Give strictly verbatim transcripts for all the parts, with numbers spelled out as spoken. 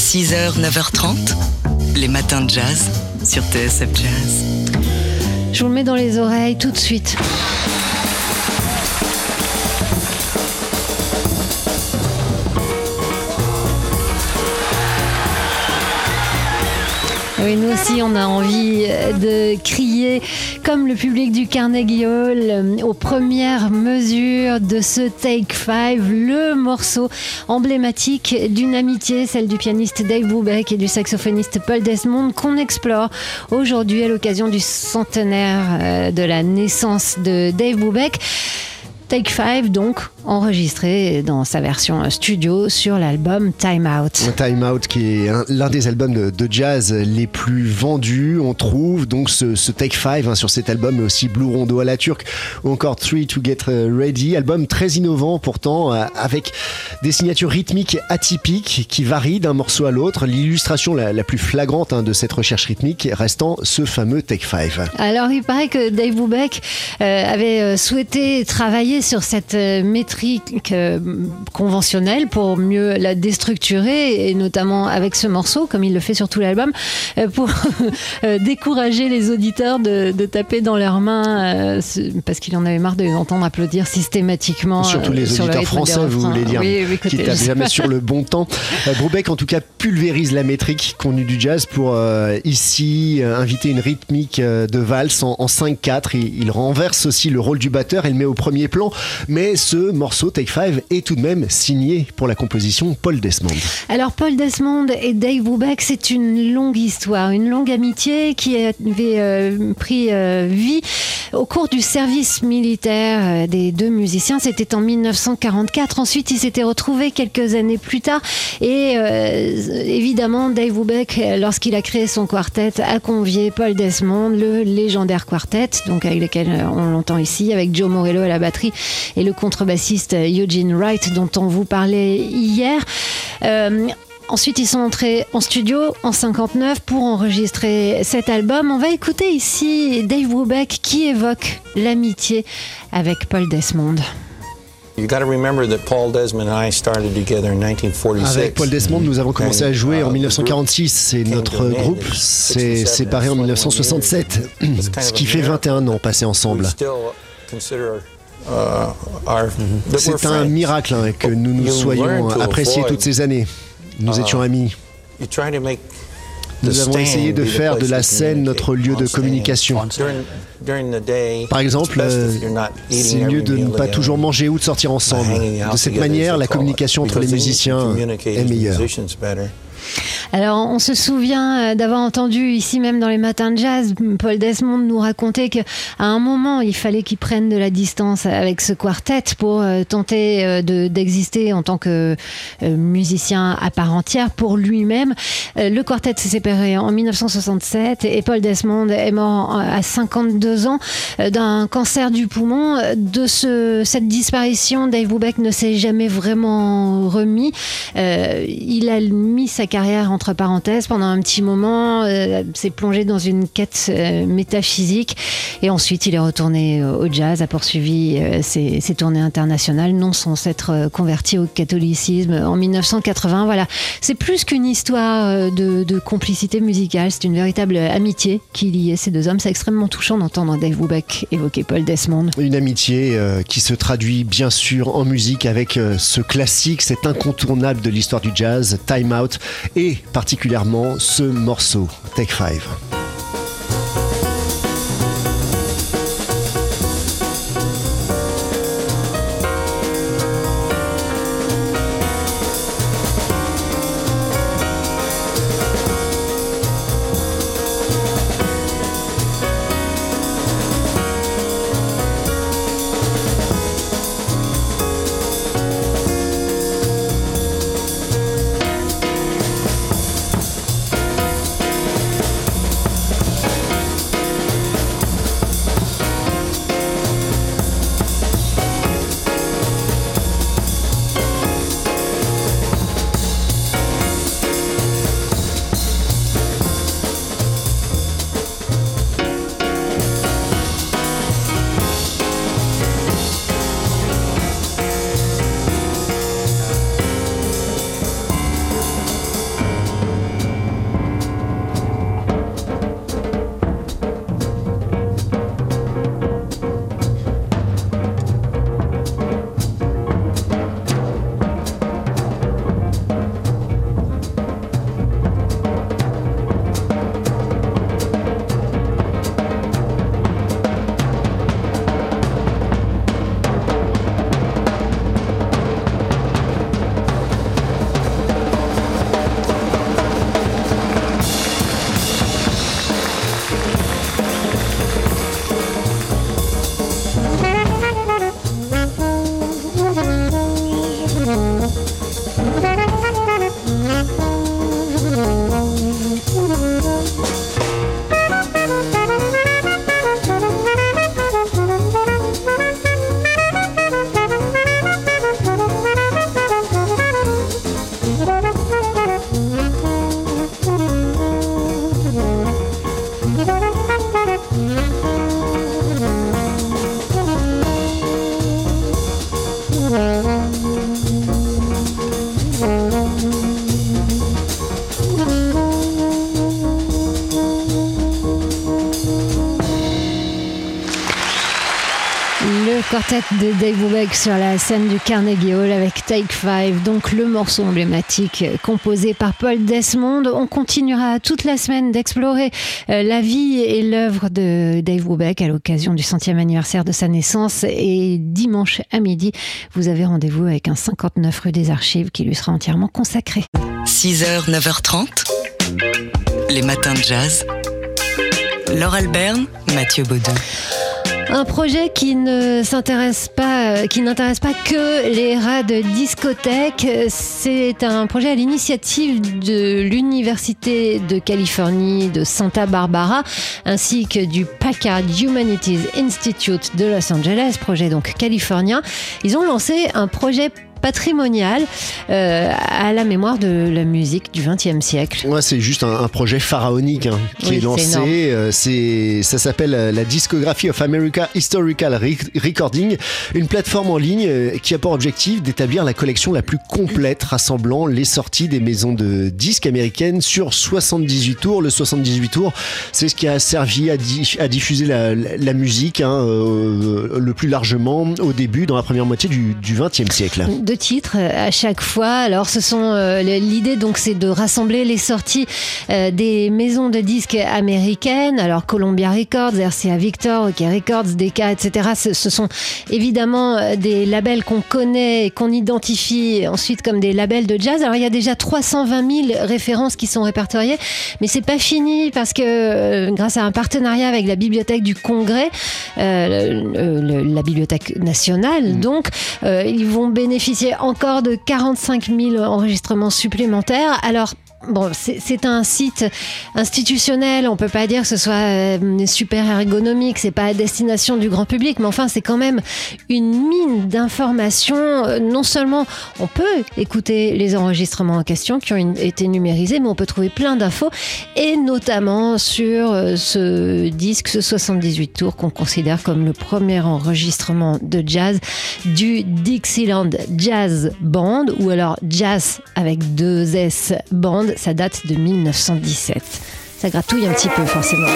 six heures, neuf heures trente, les matins de jazz sur T S F Jazz. Je vous le mets dans les oreilles tout de suite. Oui, nous aussi, on a envie de crier comme le public du Carnegie Hall aux premières mesures de ce Take Five, le morceau emblématique d'une amitié, celle du pianiste Dave Brubeck et du saxophoniste Paul Desmond, qu'on explore aujourd'hui à l'occasion du centenaire de la naissance de Dave Brubeck. Take Five, donc, enregistré dans sa version studio sur l'album Time Out. Time Out, qui est un, l'un des albums de, de jazz les plus vendus. On trouve donc ce, ce Take Five hein, sur cet album, mais aussi Blue Rondo à la turque, ou encore Three to Get Ready. Album très innovant pourtant, euh, avec des signatures rythmiques atypiques qui varient d'un morceau à l'autre. L'illustration la, la plus flagrante hein, de cette recherche rythmique restant ce fameux Take Five. Alors, il paraît que Dave Brubeck euh, avait souhaité travailler sur cette euh, métrique euh, conventionnelle pour mieux la déstructurer, et notamment avec ce morceau, comme il le fait sur tout l'album, euh, pour euh, décourager les auditeurs de, de taper dans leurs mains, euh, parce qu'il en avait marre de les entendre applaudir systématiquement. Surtout les euh, sur auditeurs français, vous voulez dire, oui, oui, écoutez, qui tapent jamais sur le bon temps. Euh, Brubeck, en tout cas, pulvérise la métrique contenue du jazz pour euh, ici euh, inviter une rythmique euh, de valse en, en cinq quatre. Il, il renverse aussi le rôle du batteur et le met au premier plan. Mais ce morceau, Take Five, est tout de même signé pour la composition Paul Desmond. Alors, Paul Desmond et Dave Brubeck, c'est une longue histoire, une longue amitié qui avait euh, pris euh, vie au cours du service militaire euh, des deux musiciens. C'était en mille neuf cent quarante-quatre. Ensuite, ils s'étaient retrouvés quelques années plus tard. Et euh, évidemment, Dave Brubeck, lorsqu'il a créé son quartet, a convié Paul Desmond, le légendaire quartet, donc avec lequel on l'entend ici, avec Joe Morello à la batterie et le contrebassiste Eugene Wright dont on vous parlait hier. Euh, ensuite, ils sont entrés en studio en cinquante-neuf pour enregistrer cet album. On va écouter ici Dave Brubeck qui évoque l'amitié avec Paul Desmond. Avec Paul Desmond, nous avons commencé à jouer en mille neuf cent quarante-six. C'est notre groupe s'est séparé en mille neuf cent soixante-sept, ce qui fait vingt et un ans passés ensemble. C'est un miracle hein, que nous nous soyons appréciés toutes ces années. Nous étions amis. Nous avons essayé de faire de la scène notre lieu de communication. Par exemple, euh, c'est mieux de ne pas toujours manger ou de sortir ensemble. De cette manière, la communication entre les musiciens est meilleure. Alors, on se souvient d'avoir entendu ici même dans les matins de jazz, Paul Desmond nous raconter qu'à un moment, il fallait qu'il prenne de la distance avec ce quartet pour tenter de, d'exister en tant que musicien à part entière pour lui-même. Le quartet s'est séparé en mille neuf cent soixante-sept et Paul Desmond est mort à cinquante-deux ans d'un cancer du poumon. De ce, cette disparition, Dave Brubeck ne s'est jamais vraiment remis. Euh, il a mis sa carrière entre parenthèses pendant un petit moment, euh, s'est plongé dans une quête euh, métaphysique et ensuite il est retourné euh, au jazz, a poursuivi euh, ses, ses tournées internationales, non sans s'être euh, converti au catholicisme en mille neuf cent quatre-vingts. Voilà, c'est plus qu'une histoire euh, de, de complicité musicale, c'est une véritable amitié qui liait ces deux hommes. C'est extrêmement touchant d'entendre Dave Brubeck évoquer Paul Desmond. Une amitié euh, qui se traduit bien sûr en musique avec euh, ce classique, cet incontournable de l'histoire du jazz, Time Out, et particulièrement ce morceau, Take Five. quartet de Dave Brubeck sur la scène du Carnegie Hall avec Take Five, donc le morceau emblématique composé par Paul Desmond. On continuera toute la semaine d'explorer la vie et l'œuvre de Dave Brubeck à l'occasion du centième anniversaire de sa naissance. Et dimanche à midi, vous avez rendez-vous avec un cinquante-neuf rue des Archives qui lui sera entièrement consacré. six heures, neuf heures trente, les matins de jazz. Laure Alberne, Mathieu Baudou. Un projet qui ne s'intéresse pas, qui n'intéresse pas que les rats de discothèque. C'est un projet à l'initiative de l'Université de Californie de Santa Barbara ainsi que du Packard Humanities Institute de Los Angeles, projet donc californien. Ils ont lancé un projet patrimonial euh, à la mémoire de la musique du vingtième siècle. Ouais, c'est juste un, un projet pharaonique hein, qui oui, est lancé. C'est euh, c'est, ça s'appelle la Discography of America Historical Re- Recording, une plateforme en ligne euh, qui a pour objectif d'établir la collection la plus complète rassemblant les sorties des maisons de disques américaines sur soixante-dix-huit tours. Le soixante-dix-huit tours, c'est ce qui a servi à, di- à diffuser la, la, la musique hein, euh, le plus largement au début, dans la première moitié du, du vingtième siècle. De titres à chaque fois. Alors ce sont euh, l'idée donc c'est de rassembler les sorties euh, des maisons de disques américaines. Alors Columbia Records, R C A Victor, OK Records, Decca, et cetera. Ce, ce sont évidemment des labels qu'on connaît et qu'on identifie ensuite comme des labels de jazz. Alors il y a déjà trois cent vingt mille références qui sont répertoriées, mais c'est pas fini parce que euh, grâce à un partenariat avec la Bibliothèque du Congrès, euh, le, le, la Bibliothèque nationale, mmh. donc euh, ils vont bénéficier encore de quarante-cinq mille enregistrements supplémentaires. Alors, bon, c'est, c'est un site institutionnel, on peut pas dire que ce soit euh, super ergonomique, c'est pas à destination du grand public, mais enfin c'est quand même une mine d'informations. Non seulement on peut écouter les enregistrements en question qui ont une, été numérisés, mais on peut trouver plein d'infos, et notamment sur euh, ce disque, ce soixante-dix-huit tours qu'on considère comme le premier enregistrement de jazz du Dixieland Jazz Band, ou alors Jazz avec deux S Band. Ça date de mille neuf cent dix-sept. Ça gratouille un petit peu, forcément.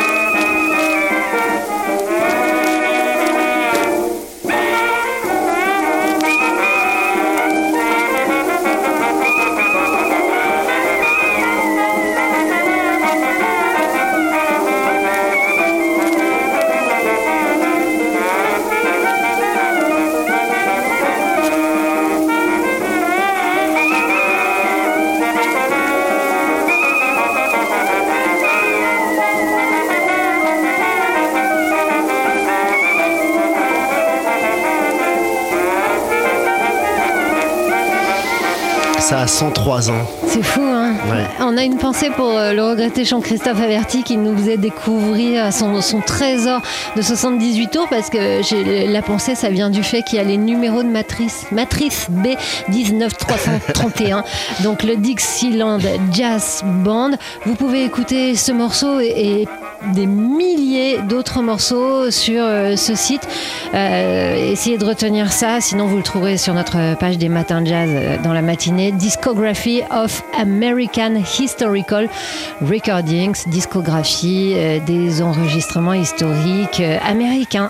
Ça a cent trois ans. C'est fou, hein ouais. On a une pensée pour le regretté Jean-Christophe Averty qui nous faisait découvrir son, son trésor de soixante-dix-huit tours, parce que j'ai, la pensée, ça vient du fait qu'il y a les numéros de matrice. Matrice B dix-neuf trois cent trente et un. Donc le Dixieland Jazz Band. Vous pouvez écouter ce morceau et, et des milliers d'autres morceaux sur euh, ce site. Euh, essayez de retenir ça, sinon vous le trouverez sur notre page des Matins de Jazz euh, dans la matinée. Discography of American Historical Recordings, discographie euh, des enregistrements historiques euh, américains.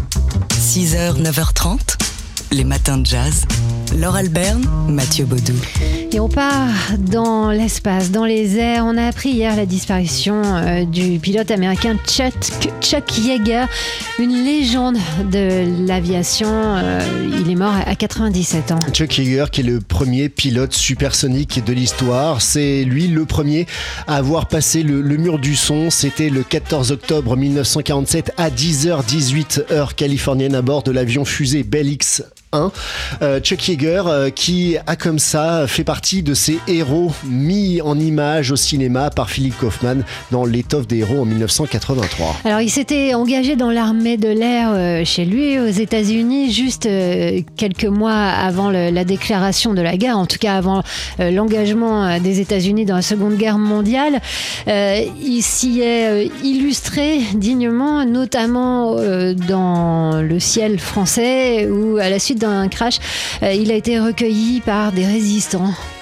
six heures, neuf heures trente, les Matins de Jazz. Laure Alberne, Mathieu Baudou. Et on part dans l'espace, dans les airs. On a appris hier la disparition euh, du pilote américain Chuck, Chuck Yeager, une légende de l'aviation. Euh, il est mort à quatre-vingt-dix-sept ans. Chuck Yeager, qui est le premier pilote supersonique de l'histoire. C'est lui le premier à avoir passé le, le mur du son. C'était le quatorze octobre mille neuf cent quarante-sept à dix heures dix-huit heure californienne à bord de l'avion fusée Bell X un. Euh, Chuck Yeager euh, qui a comme ça fait partie de ces héros mis en image au cinéma par Philip Kaufman dans L'étoffe des héros en mille neuf cent quatre-vingt-trois. Alors il s'était engagé dans l'armée de l'air euh, chez lui aux États-Unis juste euh, quelques mois avant le, la déclaration de la guerre, en tout cas avant euh, l'engagement des États-Unis dans la Seconde Guerre mondiale. Euh, il s'y est euh, illustré dignement, notamment euh, dans le ciel français où à la suite d'un crash, euh, il a été recueilli par des résistants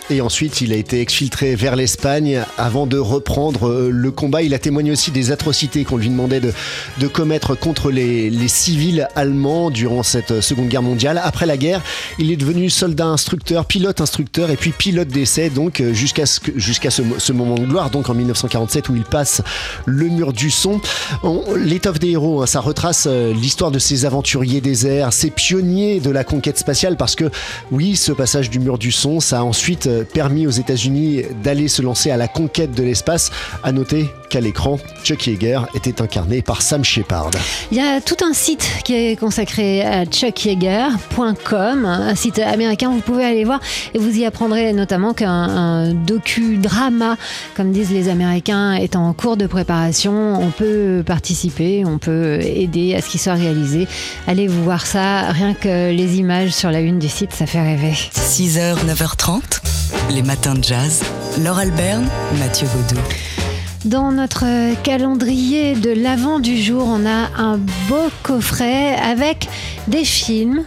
Et ensuite, il a été exfiltré vers l'Espagne avant de reprendre le combat. Il a témoigné aussi des atrocités qu'on lui demandait de, de commettre contre les, les civils allemands durant cette Seconde Guerre mondiale. Après la guerre, il est devenu soldat instructeur, pilote instructeur et puis pilote d'essai, donc jusqu'à ce, jusqu'à ce, ce moment de gloire, donc en dix-neuf cent quarante-sept où il passe le mur du son. On, l'étoffe des héros, hein, ça retrace l'histoire de ces aventuriers des airs, ces pionniers de la conquête spatiale, parce que oui, ce passage du mur du son, ça a ensuite permis aux États-Unis d'aller se lancer à la conquête de l'espace. À noter qu'à l'écran, Chuck Yeager était incarné par Sam Shepard. Il y a tout un site qui est consacré à chuck yeager point com, un site américain, vous pouvez aller voir et vous y apprendrez notamment qu'un un docu-drama, comme disent les Américains, est en cours de préparation. On peut participer, on peut aider à ce qu'il soit réalisé. Allez vous voir ça, rien que les images sur la une du site, ça fait rêver. six heures, neuf heures trente, les matins de jazz. Laure Alberne, Mathieu Baudou. Dans notre calendrier de l'avant du jour, on a un beau coffret avec des films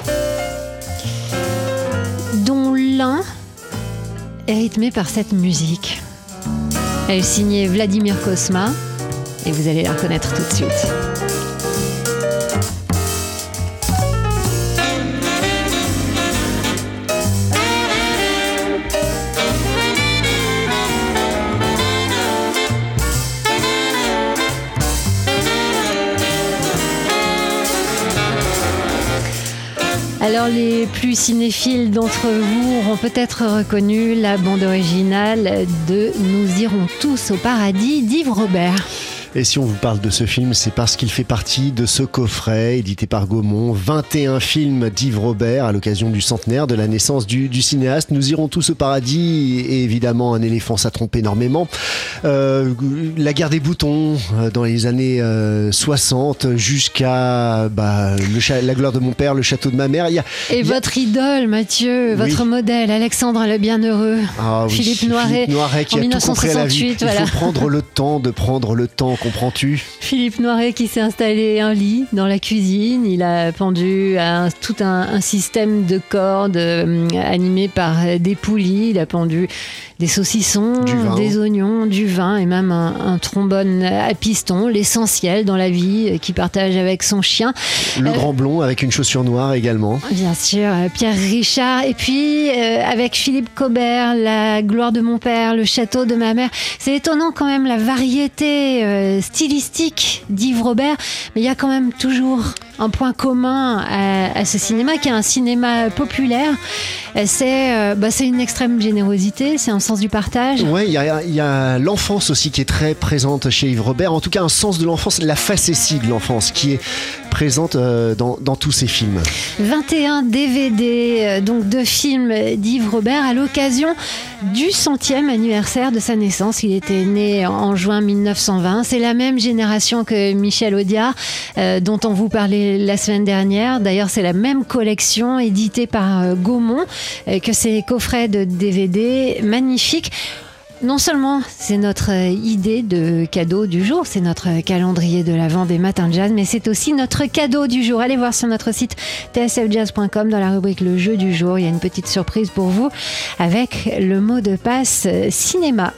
dont l'un est rythmé par cette musique. Elle est signée Vladimir Cosma et vous allez la reconnaître tout de suite. Alors les plus cinéphiles d'entre vous auront peut-être reconnu la bande originale de Nous irons tous au paradis d'Yves Robert. Et si on vous parle de ce film, c'est parce qu'il fait partie de ce coffret édité par Gaumont. vingt et un films d'Yves Robert à l'occasion du centenaire de la naissance du, du cinéaste. Nous irons tous au paradis et évidemment Un éléphant, ça trompe énormément. Euh, la guerre des boutons dans les années euh, soixante jusqu'à bah, le cha- La gloire de mon père, Le château de ma mère. Il y a, et il y a... votre idole, Mathieu, oui. Votre modèle, Alexandre le Bienheureux, ah, oui. Philippe Noiret, Philippe Noiret qui en a tout compris à la vie. Il voilà. faut prendre le temps de prendre le temps. Comprends-tu ? Philippe Noiret qui s'est installé un lit dans la cuisine. Il a pendu à un, tout un, un système de cordes euh, animé par des poulies. Il a pendu des saucissons, des oignons, du vin et même un, un trombone à piston, l'essentiel dans la vie qu'il partage avec son chien. Le euh, grand blond avec une chaussure noire également. Bien sûr, Pierre Richard. Et puis euh, avec Philippe Cobert, La gloire de mon père, Le château de ma mère. C'est étonnant quand même la variété euh, stylistique d'Yves Robert, mais il y a quand même toujours un point commun à, à ce cinéma qui est un cinéma populaire. C'est, euh, bah, c'est une extrême générosité, c'est un sens du partage. Ouais, il y a, y a l'enfance aussi qui est très présente chez Yves Robert. En tout cas, un sens de l'enfance, la facétie de l'enfance qui est présente euh, dans, dans tous ses films. vingt et un D V D, euh, donc de films d'Yves Robert à l'occasion du centième anniversaire de sa naissance. Il était né en juin mille neuf cent vingt. C'est la même génération que Michel Audiard, euh, dont on vous parlait la semaine dernière. D'ailleurs, c'est la même collection éditée par euh, Gaumont euh, que ces coffrets de D V D magnifiques. Non seulement c'est notre idée de cadeau du jour, c'est notre calendrier de l'Avent des matins de jazz, mais c'est aussi notre cadeau du jour. Allez voir sur notre site t s f jazz point com dans la rubrique Le jeu du jour. Il y a une petite surprise pour vous avec le mot de passe cinéma.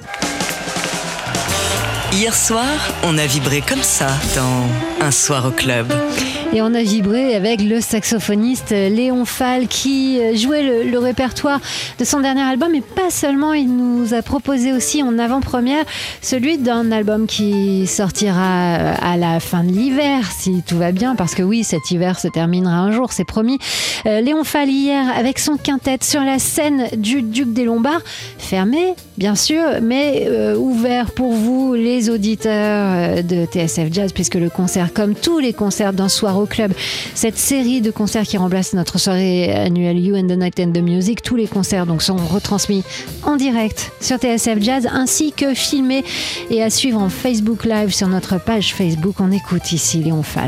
Hier soir, on a vibré comme ça dans Un soir au club. Et on a vibré avec le saxophoniste Léon Fall qui jouait le, le répertoire de son dernier album. Et pas seulement, il nous a proposé aussi en avant-première celui d'un album qui sortira à la fin de l'hiver, si tout va bien. Parce que oui, cet hiver se terminera un jour, c'est promis. Euh, Léon Fall hier avec son quintet sur la scène du Duc des Lombards, fermé bien sûr, mais euh, ouvert pour vous les auditeurs de T S F Jazz, puisque le concert, comme tous les concerts d'un soir au club, cette série de concerts qui remplace notre soirée annuelle You and the Night and the Music, tous les concerts donc sont retransmis en direct sur T S F Jazz ainsi que filmés et à suivre en Facebook Live sur notre page Facebook. On écoute ici Léon Fall.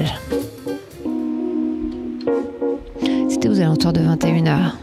C'était aux alentours de vingt et une heures.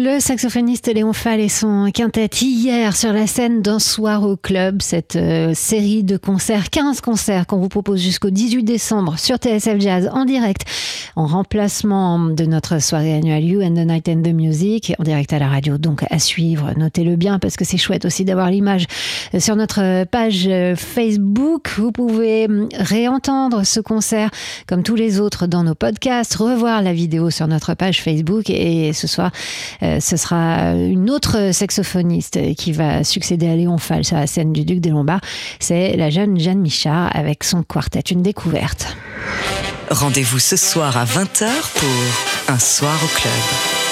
le saxophoniste Léon Fall et son quintet hier sur la scène d'un soir au club, cette euh, série de concerts, quinze concerts qu'on vous propose jusqu'au dix-huit décembre sur T S F Jazz en direct, en remplacement de notre soirée annuelle You and the Night and the Music, en direct à la radio, donc à suivre. Notez-le bien parce que c'est chouette aussi d'avoir l'image sur notre page Facebook. Vous pouvez réentendre ce concert comme tous les autres dans nos podcasts, revoir la vidéo sur notre page Facebook, et ce soir euh, ce sera une autre saxophoniste qui va succéder à Léon Fall sur la scène du Duc des Lombards. C'est la jeune Jeanne Michard avec son quartet, une découverte. Rendez-vous ce soir à vingt heures pour Un soir au club.